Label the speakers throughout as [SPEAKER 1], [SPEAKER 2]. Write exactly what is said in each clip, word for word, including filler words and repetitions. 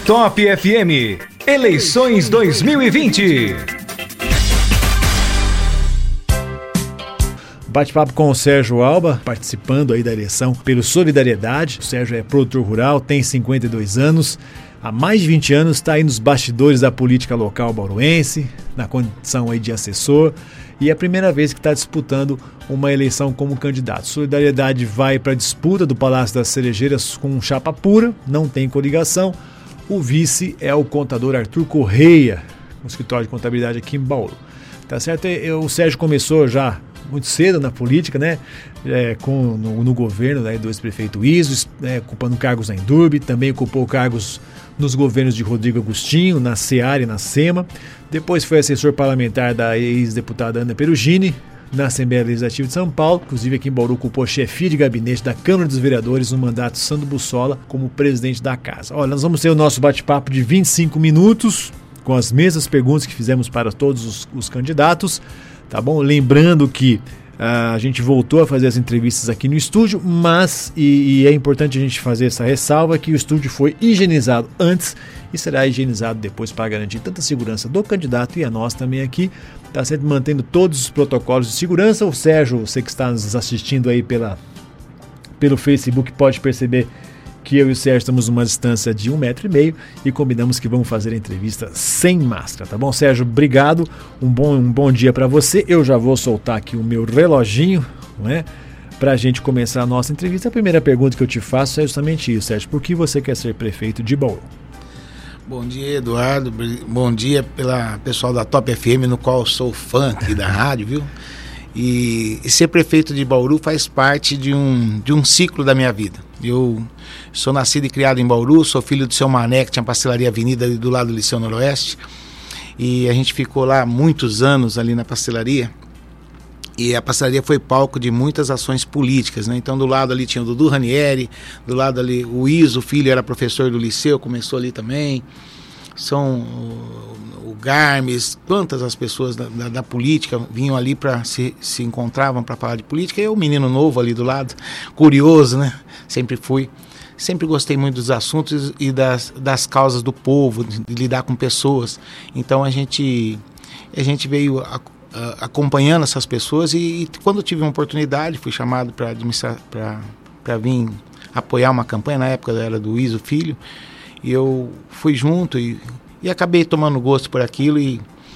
[SPEAKER 1] Top F M, eleições dois mil e vinte.
[SPEAKER 2] Bate-papo com o Sérgio Alba, participando aí da eleição pelo Solidariedade. O Sérgio é produtor rural, tem cinquenta e dois anos, há mais de vinte anos está aí nos bastidores da política local bauruense, na condição aí de assessor, e é a primeira vez que está disputando uma eleição como candidato. Solidariedade vai para a disputa do Palácio das Cerejeiras com chapa pura, não tem coligação. O vice é o contador Arthur Correia, no escritório de contabilidade aqui em Bauru. Tá certo? O Sérgio começou já muito cedo na política, né? É, com, no, no governo, né, do ex-prefeito Iso, é, ocupando cargos na Endurbe, também ocupou cargos nos governos de Rodrigo Agostinho, na Seara e na SEMA. Depois foi assessor parlamentar da ex-deputada Ana Perugini, na Assembleia Legislativa de São Paulo. Inclusive aqui em Bauru ocupou chefia de gabinete da Câmara dos Vereadores no mandato Sandro Bussola como presidente da casa. Olha, nós vamos ter o nosso bate-papo de vinte e cinco minutos, com as mesmas perguntas que fizemos para todos os, os candidatos, tá bom? Lembrando que uh, a gente voltou a fazer as entrevistas aqui no estúdio, mas, e, e é importante a gente fazer essa ressalva, que o estúdio foi higienizado antes e será higienizado depois para garantir tanta segurança do candidato e a nós também aqui. Está sempre mantendo todos os protocolos de segurança. O Sérgio, você que está nos assistindo aí pela, pelo Facebook, pode perceber que eu e o Sérgio estamos numa distância de um metro e meio e combinamos que vamos fazer a entrevista sem máscara, tá bom, Sérgio? Obrigado, um bom, um bom dia para você. Eu já vou soltar aqui o meu reloginho, não é? Para a gente começar a nossa entrevista. A primeira pergunta que eu te faço é justamente isso, Sérgio. Por que você quer ser prefeito de Bauru?
[SPEAKER 3] Bom dia, Eduardo. Bom dia pela pessoal da Top F M, no qual eu sou fã aqui da rádio, viu? E, e ser prefeito de Bauru faz parte de um, de um ciclo da minha vida. Eu sou nascido e criado em Bauru, sou filho do seu Mané, que tinha pastelaria Avenida ali do lado do Liceu Noroeste. E a gente ficou lá muitos anos ali na pastelaria. E a pastelaria foi palco de muitas ações políticas, né? Então do lado ali tinha o Dudu Ranieri, do lado ali o Iso, o filho, era professor do liceu, começou ali também. São o, o Garmes, quantas as pessoas da, da, da política vinham ali para se, se encontravam para falar de política. E eu, menino novo ali do lado, curioso, né? Sempre fui. Sempre gostei muito dos assuntos e das, das causas do povo, de, de lidar com pessoas. Então a gente, a gente veio a, a, acompanhando essas pessoas e, e quando eu tive uma oportunidade, fui chamado para administrar, para vir apoiar uma campanha, na época era do Iso Filho, e eu fui junto e, e acabei tomando gosto por aquilo e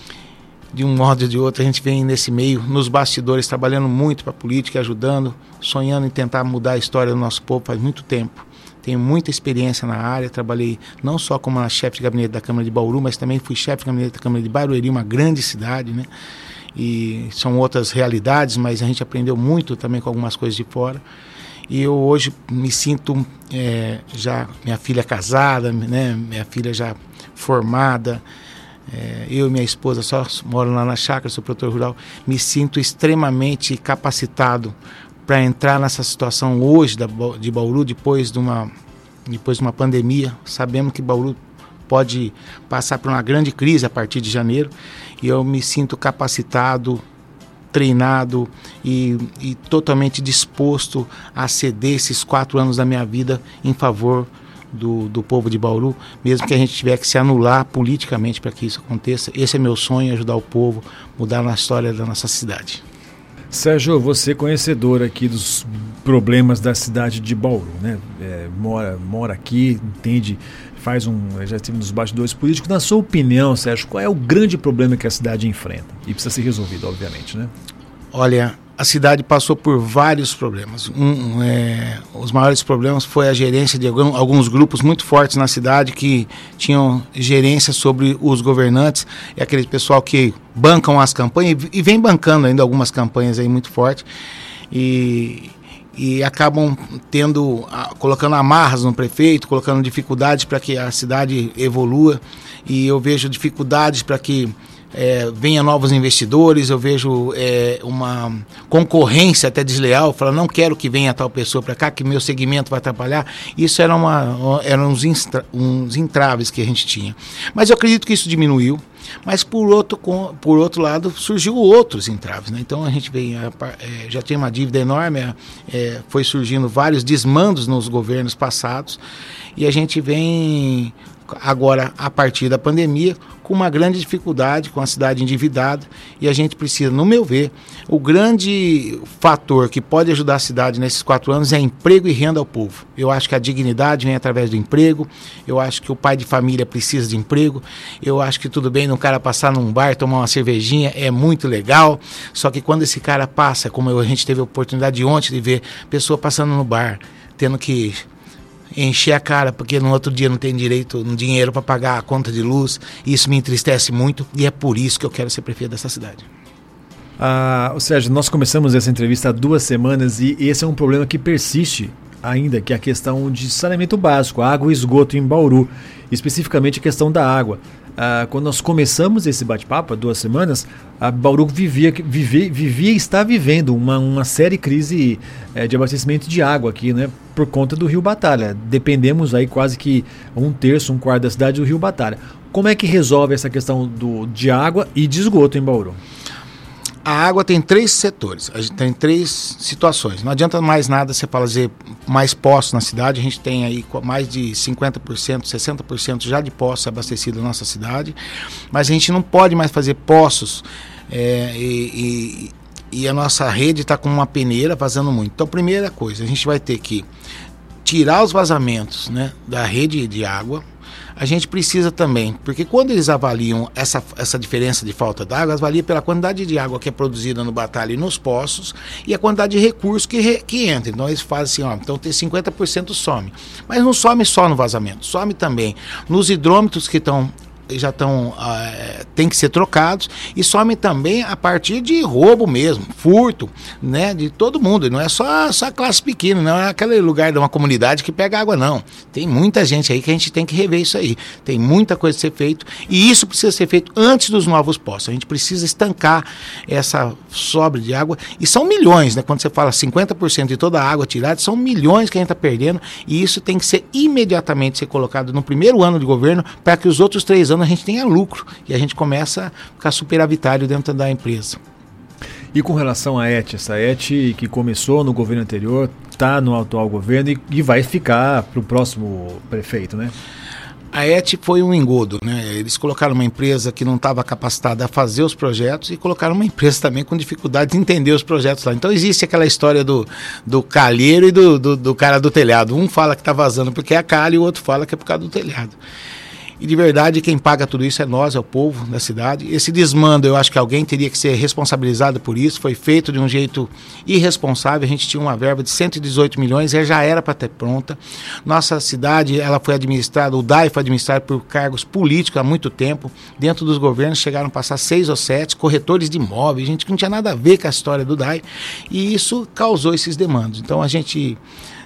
[SPEAKER 3] de um modo ou de outro a gente vem nesse meio, nos bastidores, trabalhando muito para a política, ajudando, sonhando em tentar mudar a história do nosso povo faz muito tempo. Tenho muita experiência na área, trabalhei não só como chefe de gabinete da Câmara de Bauru, mas também fui chefe de gabinete da Câmara de Barueri, uma grande cidade, né? E são outras realidades, mas a gente aprendeu muito também com algumas coisas de fora. E eu hoje me sinto é, já, minha filha casada, né? Minha filha já formada, é, eu e minha esposa só moram lá na chácara, sou produtor rural, me sinto extremamente capacitado para entrar nessa situação hoje da, de Bauru, depois de, uma, depois de uma pandemia. Sabemos que Bauru pode passar por uma grande crise a partir de janeiro, e eu me sinto capacitado, treinado e, e totalmente disposto a ceder esses quatro anos da minha vida em favor do, do povo de Bauru, mesmo que a gente tiver que se anular politicamente para que isso aconteça. Esse é meu sonho, ajudar o povo, mudar a história da nossa cidade.
[SPEAKER 2] Sérgio, você é conhecedor aqui dos problemas da cidade de Bauru, né? É, mora, mora aqui, entende, faz um, já esteve nos bastidores políticos. Na sua opinião, Sérgio, qual é o grande problema que a cidade enfrenta? E precisa ser resolvido, obviamente, né?
[SPEAKER 3] Olha, a cidade passou por vários problemas. Um, é, os maiores problemas foi a gerência de algum, alguns grupos muito fortes na cidade que tinham gerência sobre os governantes, e aquele pessoal que bancam as campanhas e, e vem bancando ainda algumas campanhas aí muito fortes e, e acabam tendo, a, colocando amarras no prefeito, colocando dificuldades para que a cidade evolua, e eu vejo dificuldades para que é, venha novos investidores, eu vejo é, uma concorrência até desleal, falando, não quero que venha tal pessoa para cá, que meu segmento vai atrapalhar. Isso era uma, eram uns, instra, uns entraves que a gente tinha. Mas eu acredito que isso diminuiu. Mas por outro, por outro lado surgiu outros entraves, né? Então a gente vem, é, já tem uma dívida enorme, é, foi surgindo vários desmandos nos governos passados e a gente vem agora, a partir da pandemia, com uma grande dificuldade, com a cidade endividada, e a gente precisa, no meu ver, o grande fator que pode ajudar a cidade nesses quatro anos é emprego e renda ao povo. Eu acho que a dignidade vem através do emprego, eu acho que o pai de família precisa de emprego, eu acho que tudo bem no cara passar num bar, tomar uma cervejinha, é muito legal, só que quando esse cara passa, como a gente teve a oportunidade de ontem de ver, pessoa passando no bar, tendo que encher a cara, porque no outro dia não tem direito, um dinheiro para pagar a conta de luz, isso me entristece muito e é por isso que eu quero ser prefeito dessa cidade.
[SPEAKER 2] Ah, ou seja, nós começamos essa entrevista há duas semanas e esse é um problema que persiste ainda, que é a questão de saneamento básico, água e esgoto em Bauru, especificamente a questão da água. Ah, quando nós começamos esse bate-papo há duas semanas, a Bauru vivia, vivia, vivia e está vivendo uma, uma séria crise é, de abastecimento de água aqui, né, por conta do Rio Batalha. Dependemos aí quase que um terço, um quarto da cidade do Rio Batalha. Como é que resolve essa questão do, de água e de esgoto em Bauru?
[SPEAKER 3] A água tem três setores, a gente tem três situações. Não adianta mais nada você fazer mais poços na cidade, a gente tem aí mais de cinquenta por cento, sessenta por cento já de poços abastecidos na nossa cidade, mas a gente não pode mais fazer poços é, e, e, e a nossa rede está com uma peneira vazando muito. Então, primeira coisa, a gente vai ter que tirar os vazamentos, né, da rede de água. A gente precisa também, porque quando eles avaliam essa, essa diferença de falta d'água, eles avaliam pela quantidade de água que é produzida no Batalha e nos poços e a quantidade de recursos que, re, que entra. Então eles fazem assim, ó, então tem cinquenta por cento some. Mas não some só no vazamento, some também nos hidrômetros que estão já estão, uh, tem que ser trocados e some também a partir de roubo mesmo, furto, né, de todo mundo, não é só, só a classe pequena, não é aquele lugar de uma comunidade que pega água, não, tem muita gente aí que a gente tem que rever isso aí, tem muita coisa a ser feito e isso precisa ser feito antes dos novos poços, a gente precisa estancar essa sobra de água e são milhões, né, quando você fala cinquenta por cento de toda a água tirada, são milhões que a gente está perdendo e isso tem que ser imediatamente ser colocado no primeiro ano de governo para que os outros três anos a gente tenha lucro e a gente começa a ficar superavitário dentro da empresa.
[SPEAKER 2] E com relação à E T, essa E T que começou no governo anterior, está no atual governo e, e vai ficar para o próximo prefeito, né?
[SPEAKER 3] A E T foi um engodo, né? Eles colocaram uma empresa que não estava capacitada a fazer os projetos e colocaram uma empresa também com dificuldade de entender os projetos lá. Então existe aquela história do, do calheiro e do, do, do cara do telhado. Um fala que está vazando porque é a calha e o outro fala que é por causa do telhado. E de verdade quem paga tudo isso é nós, é o povo da cidade. Esse desmando, eu acho que alguém teria que ser responsabilizado por isso, foi feito de um jeito irresponsável, a gente tinha uma verba de cento e dezoito milhões, e já era para ter pronta. Nossa cidade, ela foi administrada, o D A I foi administrado por cargos políticos há muito tempo, dentro dos governos chegaram a passar seis ou sete, corretores de imóveis, gente que não tinha nada a ver com a história do D A I, e isso causou esses demandos. Então a gente...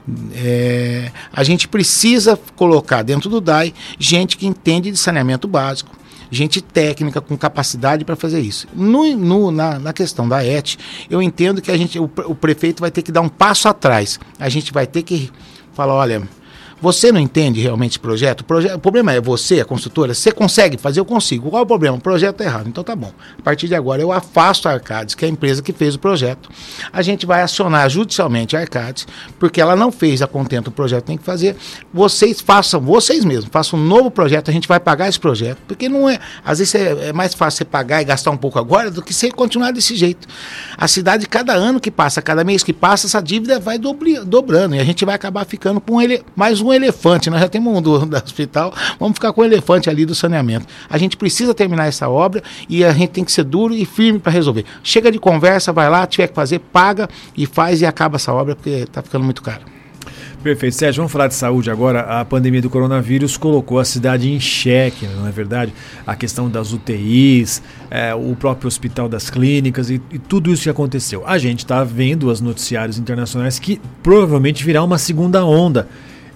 [SPEAKER 3] É, a gente precisa colocar dentro do D A I gente que entende de saneamento básico, gente técnica com capacidade para fazer isso. No, no, na, na questão da E T, eu entendo que a gente, o, o prefeito vai ter que dar um passo atrás. A gente vai ter que falar, olha... Você não entende realmente esse projeto? O, proje- o problema é você, a construtora, você consegue fazer? Eu consigo. Qual é o problema? O projeto é errado. Então tá bom. A partir de agora eu afasto a Arcades, que é a empresa que fez o projeto. A gente vai acionar judicialmente a Arcades, porque ela não fez a contento o projeto tem que fazer. Vocês façam, vocês mesmos, façam um novo projeto, a gente vai pagar esse projeto. Porque não é, às vezes é, é mais fácil você pagar e gastar um pouco agora do que você continuar desse jeito. A cidade, cada ano que passa, cada mês que passa, essa dívida vai dobri, dobrando e a gente vai acabar ficando com ele, mais um Um elefante, nós já temos um do, do hospital, vamos ficar com o elefante ali do saneamento. A gente precisa terminar essa obra e a gente tem que ser duro e firme para resolver. Chega de conversa, vai lá, tiver que fazer, paga e faz e acaba essa obra porque está ficando muito caro.
[SPEAKER 2] Perfeito. Sérgio, vamos falar de saúde agora. A pandemia do coronavírus colocou a cidade em xeque, não é verdade? A questão das U T Is, é, o próprio hospital das clínicas e, e tudo isso que aconteceu. A gente está vendo os noticiários internacionais que provavelmente virá uma segunda onda.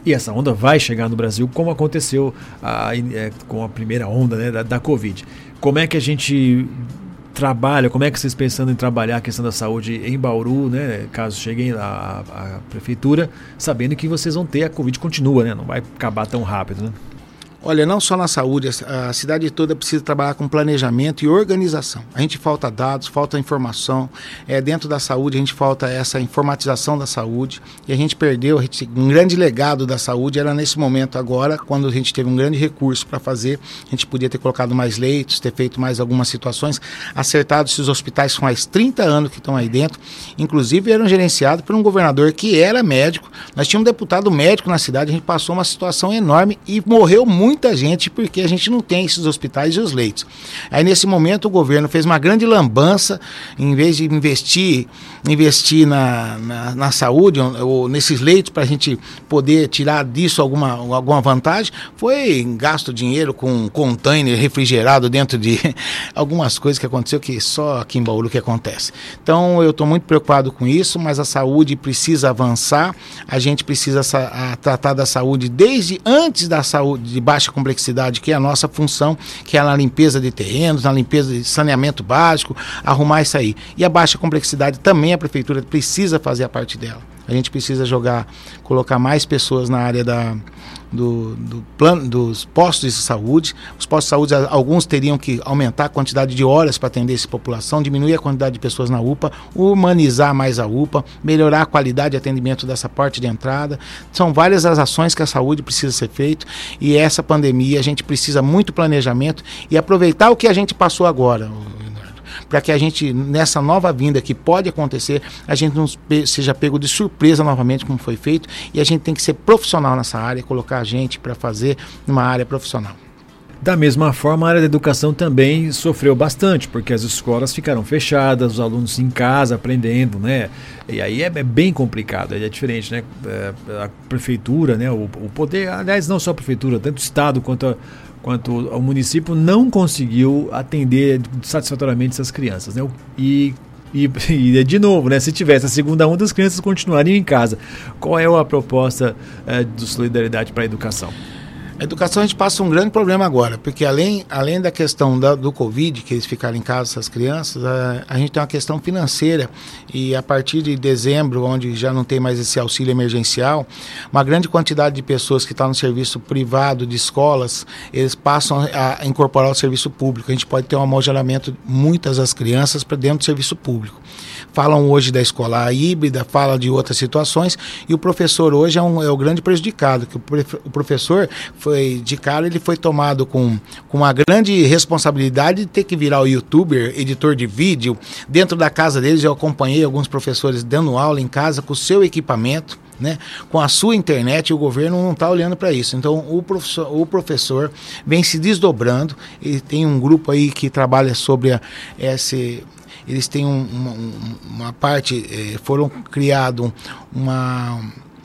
[SPEAKER 2] E essa onda vai chegar no Brasil, como aconteceu a, é, com a primeira onda, né, da, da Covid. Como é que a gente trabalha, como é que vocês pensando em trabalhar a questão da saúde em Bauru, né, caso cheguem à a prefeitura, sabendo que vocês vão ter, a Covid continua, né, não vai acabar tão rápido, né?
[SPEAKER 3] Olha, não só na saúde, a cidade toda precisa trabalhar com planejamento e organização. A gente falta dados, falta informação. É, dentro da saúde, a gente falta essa informatização da saúde. E a gente perdeu, a gente, um grande legado da saúde era nesse momento agora, quando a gente teve um grande recurso para fazer. A gente podia ter colocado mais leitos, ter feito mais algumas situações, acertado esses hospitais com mais trinta anos que estão aí dentro. Inclusive, eram gerenciados por um governador que era médico. Nós tínhamos um deputado médico na cidade, a gente passou uma situação enorme e morreu muito. Muita gente, porque a gente não tem esses hospitais e os leitos. Aí nesse momento o governo fez uma grande lambança, em vez de investir, investir na, na, na saúde, ou, ou nesses leitos para a gente poder tirar disso alguma, alguma vantagem, foi gasto dinheiro com um container refrigerado dentro de algumas coisas que aconteceu que só aqui em Bauru que acontece. Então eu estou muito preocupado com isso, mas a saúde precisa avançar, a gente precisa a, tratar da saúde desde antes da saúde de baixa complexidade, que é a nossa função, que é na limpeza de terrenos, na limpeza de saneamento básico, arrumar isso aí. E a baixa complexidade também a prefeitura precisa fazer a parte dela. A gente precisa jogar, colocar mais pessoas na área da, do, do plano, dos postos de saúde. Os postos de saúde, alguns teriam que aumentar a quantidade de horas para atender essa população, diminuir a quantidade de pessoas na U P A, humanizar mais a U P A, melhorar a qualidade de atendimento dessa porta de entrada. São várias as ações que a saúde precisa ser feita, e essa pandemia a gente precisa muito planejamento e aproveitar o que a gente passou agora, para que a gente, nessa nova vinda que pode acontecer, a gente não seja pego de surpresa novamente, como foi feito, e a gente tem que ser profissional nessa área, colocar a gente para fazer numa área profissional.
[SPEAKER 2] Da mesma forma, a área da educação também sofreu bastante, porque as escolas ficaram fechadas, os alunos em casa aprendendo, né? E aí é, é bem complicado, é diferente, né? É, a prefeitura, né? O, o poder, aliás, não só a prefeitura, tanto o Estado quanto a quanto o município não conseguiu atender satisfatoriamente essas crianças, né? E, e, e de novo, né? Se tivesse a segunda onda, as crianças continuariam em casa. Qual é a proposta é, do Solidariedade para a Educação?
[SPEAKER 3] A educação a gente passa um grande problema agora, porque além, além da questão da, do Covid, que eles ficaram em casa, essas crianças, a, a gente tem uma questão financeira, e a partir de dezembro, onde já não tem mais esse auxílio emergencial, uma grande quantidade de pessoas que estão no serviço privado de escolas, eles passam a, a incorporar o serviço público. A gente pode ter um amogelamento de muitas das crianças para dentro do serviço público. Falam hoje da escola híbrida, falam de outras situações, e o professor hoje é, um, é o grande prejudicado, que o, o professor foi, de cara, ele foi tomado com, com uma grande responsabilidade de ter que virar o youtuber, editor de vídeo. Dentro da casa deles eu acompanhei alguns professores dando aula em casa com o seu equipamento, né, com a sua internet, e o governo não está olhando para isso. Então o professor, o professor vem se desdobrando, e tem um grupo aí que trabalha sobre a, esse... Eles têm um, uma, uma parte, eh, foram criado uma...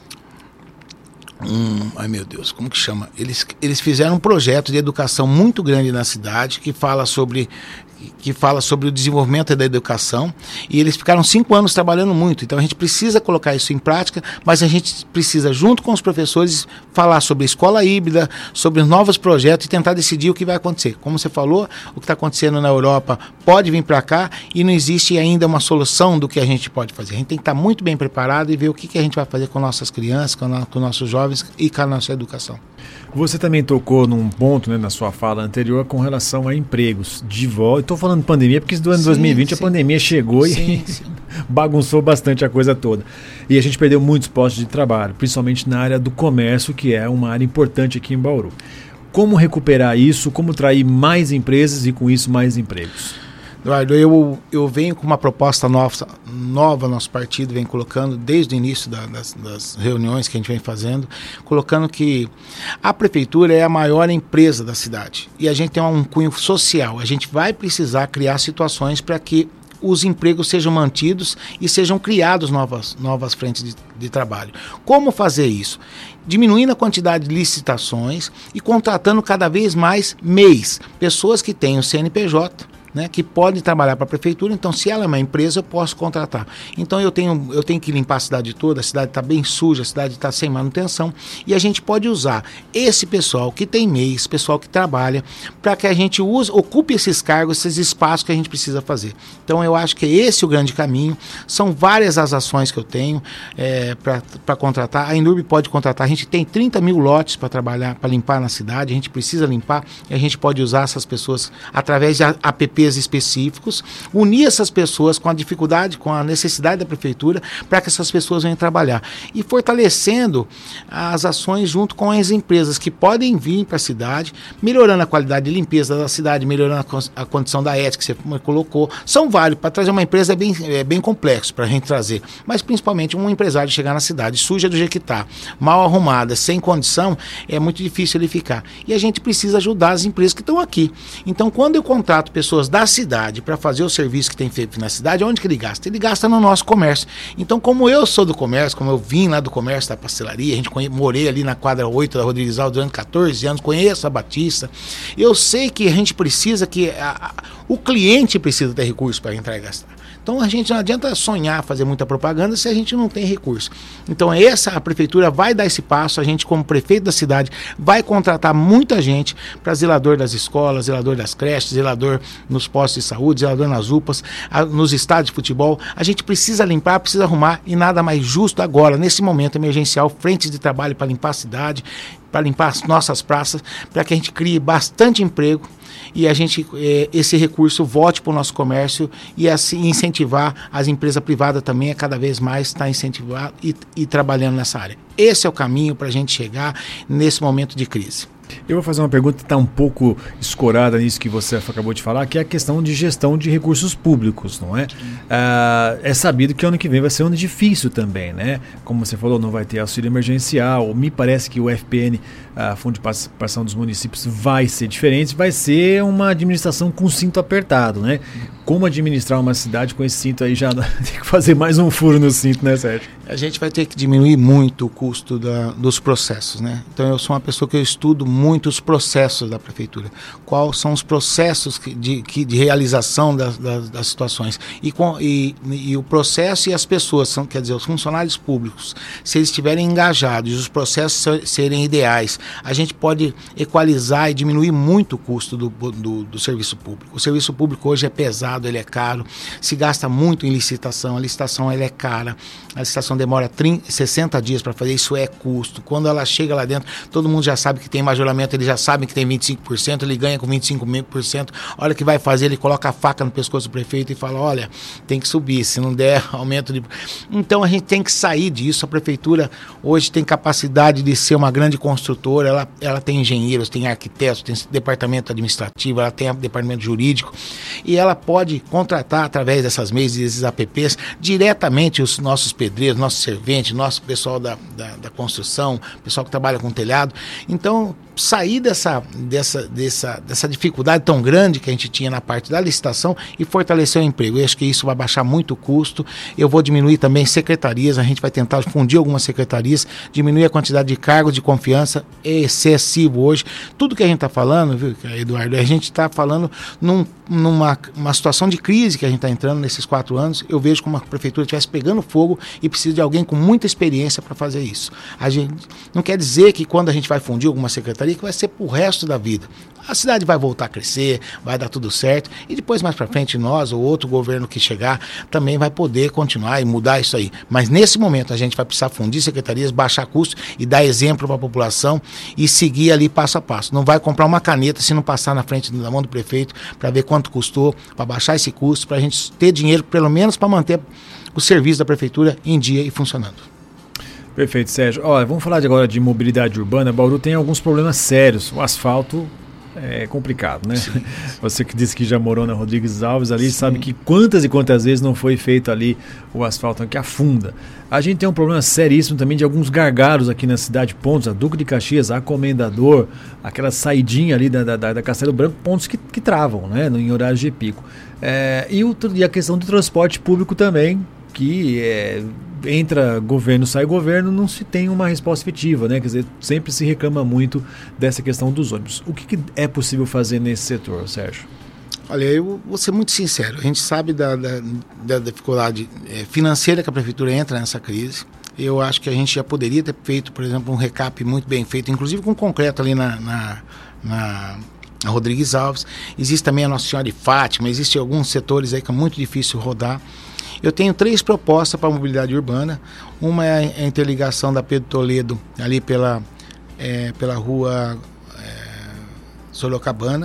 [SPEAKER 3] Um, ai meu Deus, como que chama? Eles, eles fizeram um projeto de educação muito grande na cidade, que fala sobre... que fala sobre o desenvolvimento da educação, e eles ficaram cinco anos trabalhando muito. Então a gente precisa colocar isso em prática, mas a gente precisa, junto com os professores, falar sobre a escola híbrida, sobre os novos projetos e tentar decidir o que vai acontecer. Como você falou, o que está acontecendo na Europa pode vir para cá, e não existe ainda uma solução do que a gente pode fazer. A gente tem que estar muito bem preparado e ver o que, que a gente vai fazer com nossas crianças, com, a, com nossos jovens e com a nossa educação.
[SPEAKER 2] Você também tocou num ponto, né, na sua fala anterior, com relação a empregos de volta. Estou falando de pandemia porque do ano sim, dois mil e vinte sim. A pandemia chegou sim, e sim. bagunçou bastante a coisa toda. E a gente perdeu muitos postos de trabalho, principalmente na área do comércio, que é uma área importante aqui em Bauru. Como recuperar isso, como atrair mais empresas e com isso mais empregos?
[SPEAKER 3] Eduardo, eu, eu venho com uma proposta nova, nova, nosso partido vem colocando desde o início da, das, das reuniões que a gente vem fazendo, colocando que a prefeitura é a maior empresa da cidade, e a gente tem um cunho social. A gente vai precisar criar situações para que os empregos sejam mantidos e sejam criados novas, novas frentes de, de trabalho. Como fazer isso? Diminuindo a quantidade de licitações e contratando cada vez mais M E Is, pessoas que têm o C N P J, né, que podem trabalhar para a prefeitura. Então, se ela é uma empresa, eu posso contratar. Então, eu tenho, eu tenho que limpar a cidade toda, a cidade está bem suja, a cidade está sem manutenção, e a gente pode usar esse pessoal que tem M E I, esse pessoal que trabalha, para que a gente use, ocupe esses cargos, esses espaços que a gente precisa fazer. Então, eu acho que esse é o grande caminho. São várias as ações que eu tenho é, para contratar. A Enurb pode contratar. A gente tem trinta mil lotes para trabalhar, para limpar na cidade. A gente precisa limpar e a gente pode usar essas pessoas através de apps específicos, unir essas pessoas com a dificuldade, com a necessidade da prefeitura, para que essas pessoas venham trabalhar. E fortalecendo as ações junto com as empresas que podem vir para a cidade, melhorando a qualidade de limpeza da cidade, melhorando a, a condição da ética que você colocou. São vários. Para trazer uma empresa é bem, é bem complexo para a gente trazer. Mas principalmente um empresário chegar na cidade suja do jeito que está, mal arrumada, sem condição, é muito difícil ele ficar. E a gente precisa ajudar as empresas que estão aqui. Então, quando eu contrato pessoas da cidade para fazer o serviço que tem feito na cidade, onde que ele gasta? Ele gasta no nosso comércio. Então, como eu sou do comércio, como eu vim lá do comércio da pastelaria, a gente conhe... morei ali na quadra oito da Rodrigues Alves durante quatorze anos, conheço a Batista, eu sei que a gente precisa que a... o cliente precisa ter recursos para entrar e gastar. Então a gente não adianta sonhar fazer muita propaganda se a gente não tem recurso. Então essa a prefeitura vai dar esse passo, a gente como prefeito da cidade vai contratar muita gente para zelador das escolas, zelador das creches, zelador nos postos de saúde, zelador nas U P As, a, nos estádios de futebol. A gente precisa limpar, precisa arrumar e nada mais justo agora, nesse momento emergencial, frentes de trabalho para limpar a cidade, para limpar as nossas praças, para que a gente crie bastante emprego e a gente, eh, esse recurso volte para o nosso comércio e assim incentivar as empresas privadas também a cada vez mais estar incentivando e, e trabalhando nessa área. Esse é o caminho para a gente chegar nesse momento de crise.
[SPEAKER 2] Eu vou fazer uma pergunta que está um pouco escorada nisso que você acabou de falar, que é a questão de gestão de recursos públicos, não é? Ah, é sabido que ano que vem vai ser um ano difícil também, né? Como você falou, não vai ter auxílio emergencial, me parece que o F P N, a Fundo de Participação dos Municípios, vai ser diferente, vai ser uma administração com cinto apertado, né? Como administrar uma cidade com esse cinto aí já tem que fazer mais um furo no cinto, né, Sérgio?
[SPEAKER 3] A gente vai ter que diminuir muito o custo da, dos processos, né? Então eu sou uma pessoa que eu estudo muito os processos da prefeitura. Quais são os processos que, de, que, de realização das, das, das situações. E, com, e, e o processo e as pessoas, são, quer dizer, os funcionários públicos, se eles estiverem engajados e os processos serem ideais, a gente pode equalizar e diminuir muito o custo do, do, do serviço público. O serviço público hoje é pesado, ele é caro, se gasta muito em licitação, a licitação ela é cara, a licitação demora trinta, sessenta dias para fazer, isso é custo. Quando ela chega lá dentro, todo mundo já sabe que tem majoramento, eles já sabem que tem vinte e cinco por cento, ele ganha com vinte e cinco por cento, a hora que vai fazer, ele coloca a faca no pescoço do prefeito e fala, olha, tem que subir, se não der aumento de... Então a gente tem que sair disso, a prefeitura hoje tem capacidade de ser uma grande construtora, ela, ela tem engenheiros, tem arquitetos, tem departamento administrativo, ela tem departamento jurídico, e ela pode contratar através dessas mesas e desses apps diretamente os nossos pedreiros, nossos serventes, nosso pessoal da, da, da construção, pessoal que trabalha com telhado. Então, sair dessa, dessa, dessa, dessa dificuldade tão grande que a gente tinha na parte da licitação e fortalecer o emprego. Eu acho que isso vai baixar muito o custo. Eu vou diminuir também secretarias, a gente vai tentar fundir algumas secretarias, diminuir a quantidade de cargos de confiança, é excessivo hoje. Tudo que a gente está falando, viu, Eduardo, a gente está falando num, numa uma situação de crise que a gente está entrando nesses quatro anos. Eu vejo como a prefeitura estivesse pegando fogo e precisa de alguém com muita experiência para fazer isso. A gente não quer dizer que quando a gente vai fundir alguma secretaria que vai ser pro resto da vida. A cidade vai voltar a crescer, vai dar tudo certo e depois mais para frente nós ou outro governo que chegar também vai poder continuar e mudar isso aí. Mas nesse momento a gente vai precisar fundir secretarias, baixar custo e dar exemplo para a população e seguir ali passo a passo. Não vai comprar uma caneta se não passar na frente da mão do prefeito para ver quanto custou, para baixar esse custo, para a gente ter dinheiro pelo menos para manter o serviço da prefeitura em dia e funcionando.
[SPEAKER 2] Perfeito, Sérgio. Olha, vamos falar de agora de mobilidade urbana. Bauru tem alguns problemas sérios. O asfalto é complicado, né? Sim. Você que disse que já morou na Rodrigues Alves ali, sim, sabe que quantas e quantas vezes não foi feito ali o asfalto que afunda. A gente tem um problema seríssimo também de alguns gargalos aqui na cidade, pontos, a Duque de Caxias, a Comendador, aquela saidinha ali da, da, da Castelo Branco, pontos que, que travam, né, em horários de pico. É, e, o, e a questão do transporte público também, que é, entra governo, sai governo, não se tem uma resposta efetiva, né? Quer dizer, sempre se reclama muito dessa questão dos ônibus. O que, que é possível fazer nesse setor, Sérgio?
[SPEAKER 3] Olha, eu vou ser muito sincero, a gente sabe da, da, da dificuldade financeira que a prefeitura entra nessa crise. Eu acho que a gente já poderia ter feito, por exemplo, um recap muito bem feito, inclusive com concreto ali na, na, na, na Rodrigues Alves. Existe também a Nossa Senhora de Fátima, existem alguns setores aí que é muito difícil rodar. Eu tenho três propostas para a mobilidade urbana. Uma é a interligação da Pedro Toledo, ali pela, é, pela rua é, Sorocabana.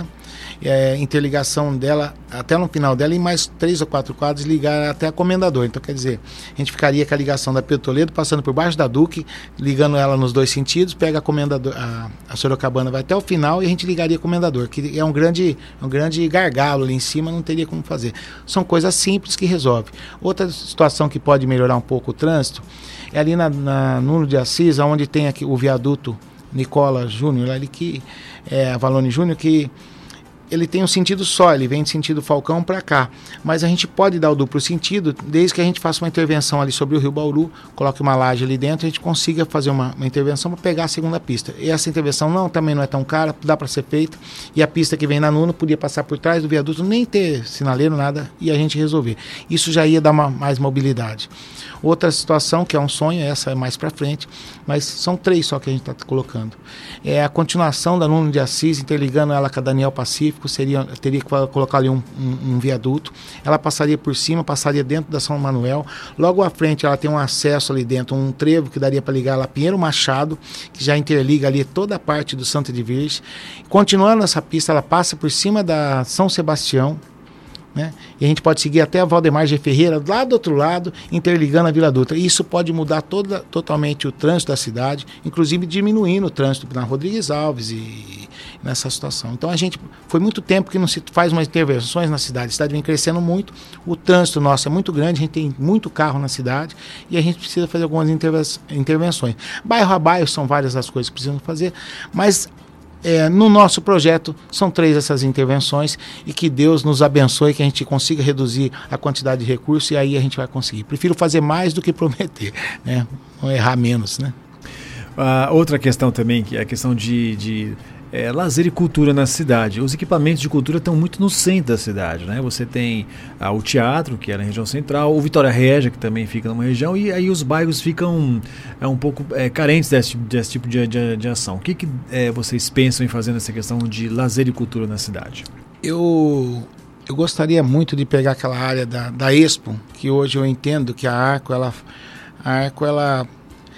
[SPEAKER 3] É, interligação dela até no final dela e mais três ou quatro quadros ligar até a Comendador. Então, quer dizer, a gente ficaria com a ligação da Pedro Toledo passando por baixo da Duque, ligando ela nos dois sentidos, pega a Comendador, a, a Sorocabana vai até o final e a gente ligaria a Comendador, que é um grande, um grande gargalo ali em cima, não teria como fazer. São coisas simples que resolve. Outra situação que pode melhorar um pouco o trânsito é ali na, na Nuno de Assis, onde tem aqui o viaduto Nicola Júnior, ali que é a Valone Júnior, que ele tem um sentido só, ele vem de sentido Falcão para cá, mas a gente pode dar o duplo sentido desde que a gente faça uma intervenção ali sobre o Rio Bauru, coloque uma laje ali dentro, a gente consiga fazer uma, uma intervenção para pegar a segunda pista. E essa intervenção não, também não é tão cara, dá para ser feita, e a pista que vem na Nuno podia passar por trás do viaduto, nem ter sinaleiro, nada, e a gente resolver. Isso já ia dar uma, mais mobilidade. Outra situação, que é um sonho, essa é mais para frente, mas são três só que a gente está colocando. É a continuação da Nuno de Assis, interligando ela com a Daniel Pacífico, seria, teria que colocar ali um, um, um viaduto. Ela passaria por cima, passaria dentro da São Manuel. Logo à frente ela tem um acesso ali dentro, um trevo que daria para ligar lá Pinheiro Machado, que já interliga ali toda a parte do Santa de Virgem. Continuando essa pista, ela passa por cima da São Sebastião, né? E a gente pode seguir até a Valdemar G. Ferreira, lá do outro lado, interligando a Vila Dutra. E isso pode mudar toda, totalmente o trânsito da cidade, inclusive diminuindo o trânsito na Rodrigues Alves e nessa situação. Então a gente, foi muito tempo que não se faz mais intervenções na cidade. A cidade vem crescendo muito, o trânsito nosso é muito grande, a gente tem muito carro na cidade e a gente precisa fazer algumas intervenções. Bairro a bairro são várias as coisas que precisamos fazer, mas É, no nosso projeto são três essas intervenções e que Deus nos abençoe, que a gente consiga reduzir a quantidade de recursos e aí a gente vai conseguir. Prefiro fazer mais do que prometer, né? Não errar menos, né?
[SPEAKER 2] Uh, outra questão também, que é a questão de, de é, lazer e cultura na cidade. Os equipamentos de cultura estão muito no centro da cidade, né? Você tem ah, o teatro, que é na região central, o Vitória Régia, que também fica numa região, e aí os bairros ficam é, um pouco é, carentes desse, desse tipo de, de, de ação. O que, que é, vocês pensam em fazer nessa questão de lazer e cultura na cidade?
[SPEAKER 3] Eu... Eu gostaria muito de pegar aquela área da, da Expo, que hoje eu entendo que a Arco, ela, a Arco, ela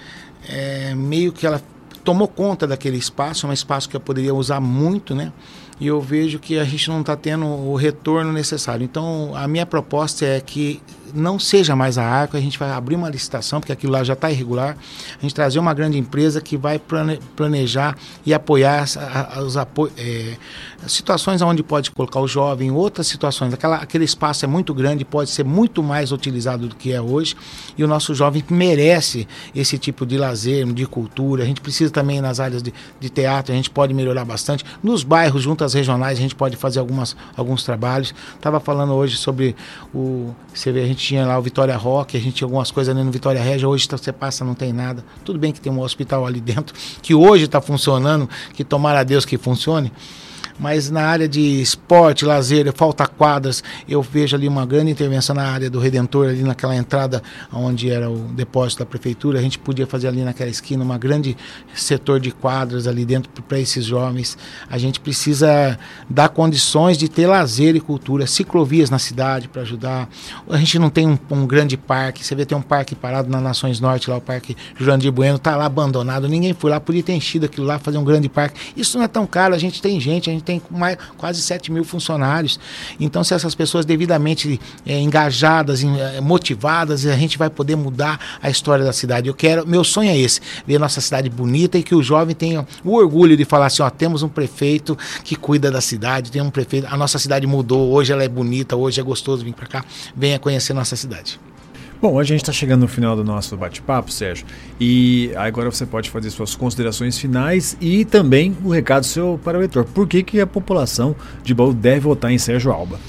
[SPEAKER 3] é, meio que ela tomou conta daquele espaço, é um espaço que eu poderia usar muito, né? E eu vejo que a gente não está tendo o retorno necessário. Então, a minha proposta é que não seja mais a Arco, a gente vai abrir uma licitação, porque aquilo lá já está irregular, a gente trazer uma grande empresa que vai planejar e apoiar as, as, apo é, as situações onde pode colocar o jovem, outras situações. Aquela, aquele espaço é muito grande, pode ser muito mais utilizado do que é hoje, e o nosso jovem merece esse tipo de lazer, de cultura. A gente precisa também nas áreas de, de teatro, a gente pode melhorar bastante. Nos bairros, junto às regionais, a gente pode fazer algumas, alguns trabalhos. Estava falando hoje sobre o... Você vê, a gente tinha lá o Vitória Rock, a gente tinha algumas coisas ali no Vitória Régia, hoje você passa, não tem nada. Tudo bem que tem um hospital ali dentro, que hoje está funcionando, que tomara a Deus que funcione, mas na área de esporte, lazer, falta quadras, eu vejo ali uma grande intervenção na área do Redentor, ali naquela entrada onde era o depósito da prefeitura. A gente podia fazer ali naquela esquina uma grande setor de quadras ali dentro para esses jovens. A gente precisa dar condições de ter lazer e cultura, ciclovias na cidade para ajudar. A gente não tem um, um grande parque, você vê, tem um parque parado na Nações Norte, lá o Parque Jurandir Bueno, tá lá abandonado, ninguém foi lá, podia ter enchido aquilo lá, fazer um grande parque. Isso não é tão caro, a gente tem gente, a gente tem mais, quase sete mil funcionários. Então, se essas pessoas devidamente é, engajadas, é, motivadas, a gente vai poder mudar a história da cidade. Eu quero, meu sonho é esse, ver nossa cidade bonita e que o jovem tenha o orgulho de falar assim, ó, temos um prefeito que cuida da cidade, tem um prefeito, a nossa cidade mudou, hoje ela é bonita, hoje é gostoso vir para cá, venha conhecer nossa cidade.
[SPEAKER 2] Bom, a gente está chegando no final do nosso bate-papo, Sérgio, e agora você pode fazer suas considerações finais e também o recado seu para o eleitor. Por que, que a população de Bauru deve votar em Sérgio Alba?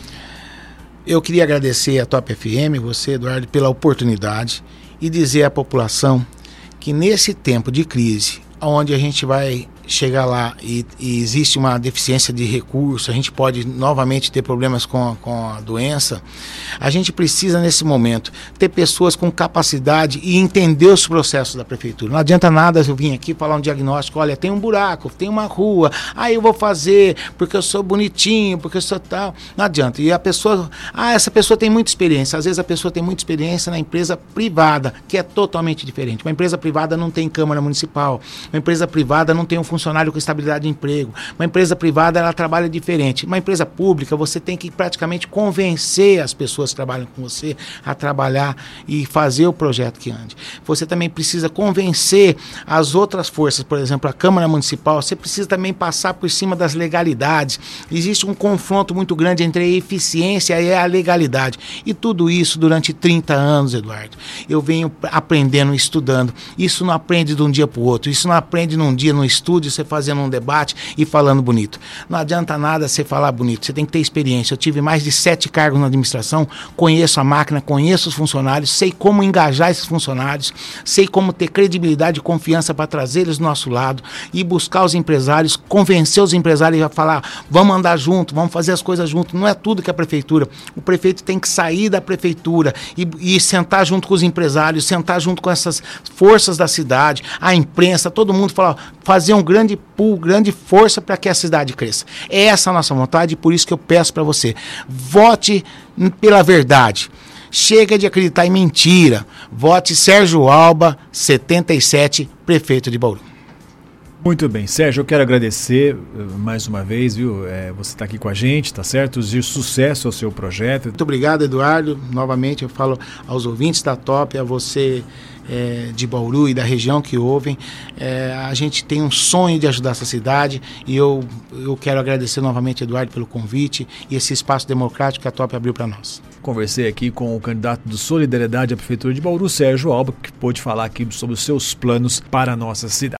[SPEAKER 3] Eu queria agradecer a Top F M, você, Eduardo, pela oportunidade e dizer à população que nesse tempo de crise, onde a gente vai chega lá e, e existe uma deficiência de recurso, a gente pode novamente ter problemas com, com a doença, a gente precisa nesse momento ter pessoas com capacidade e entender os processos da prefeitura. Não adianta nada eu vir aqui falar um diagnóstico, olha, tem um buraco, tem uma rua, aí eu vou fazer porque eu sou bonitinho, porque eu sou tal, não adianta. E a pessoa, ah, essa pessoa tem muita experiência, às vezes a pessoa tem muita experiência na empresa privada, que é totalmente diferente. Uma empresa privada não tem Câmara Municipal, uma empresa privada não tem um funcionário com estabilidade de emprego, uma empresa privada ela trabalha diferente. Uma empresa pública você tem que praticamente convencer as pessoas que trabalham com você a trabalhar e fazer o projeto que ande. Você também precisa convencer as outras forças, por exemplo, a Câmara Municipal, você precisa também passar por cima das legalidades. Existe um confronto muito grande entre a eficiência e a legalidade. E tudo isso durante trinta anos, Eduardo. Eu venho aprendendo, estudando. Isso não aprende de um dia para o outro. Isso não aprende num dia no estúdio, você fazendo um debate e falando bonito. Não adianta nada você falar bonito. Você tem que ter experiência. Eu tive mais de sete cargos na administração, conheço a máquina, conheço os funcionários, sei como engajar esses funcionários, sei como ter credibilidade e confiança para trazer eles do nosso lado e buscar os empresários, convencer os empresários a falar, vamos andar junto, vamos fazer as coisas junto. Não é tudo que a prefeitura. O prefeito tem que sair da prefeitura e, e sentar junto com os empresários, sentar junto com essas forças da cidade, a imprensa, todo mundo falar, fazer um grande pool, grande força para que a cidade cresça. É essa a nossa vontade e por isso que eu peço para você, vote pela verdade. Chega de acreditar em mentira. Vote Sérgio Alba, setenta e sete, prefeito de Bauru.
[SPEAKER 2] Muito bem, Sérgio, eu quero agradecer uh, mais uma vez, viu? É, você está aqui com a gente, tá certo? E sucesso ao seu projeto.
[SPEAKER 3] Muito obrigado, Eduardo. Novamente eu falo aos ouvintes da Top, a você é, de Bauru e da região que ouvem. É, a gente tem um sonho de ajudar essa cidade e eu, eu quero agradecer novamente, Eduardo, pelo convite e esse espaço democrático que a Top abriu para nós.
[SPEAKER 2] Conversei aqui com o candidato do Solidariedade à Prefeitura de Bauru, Sérgio Alba, que pôde falar aqui sobre os seus planos para a nossa cidade.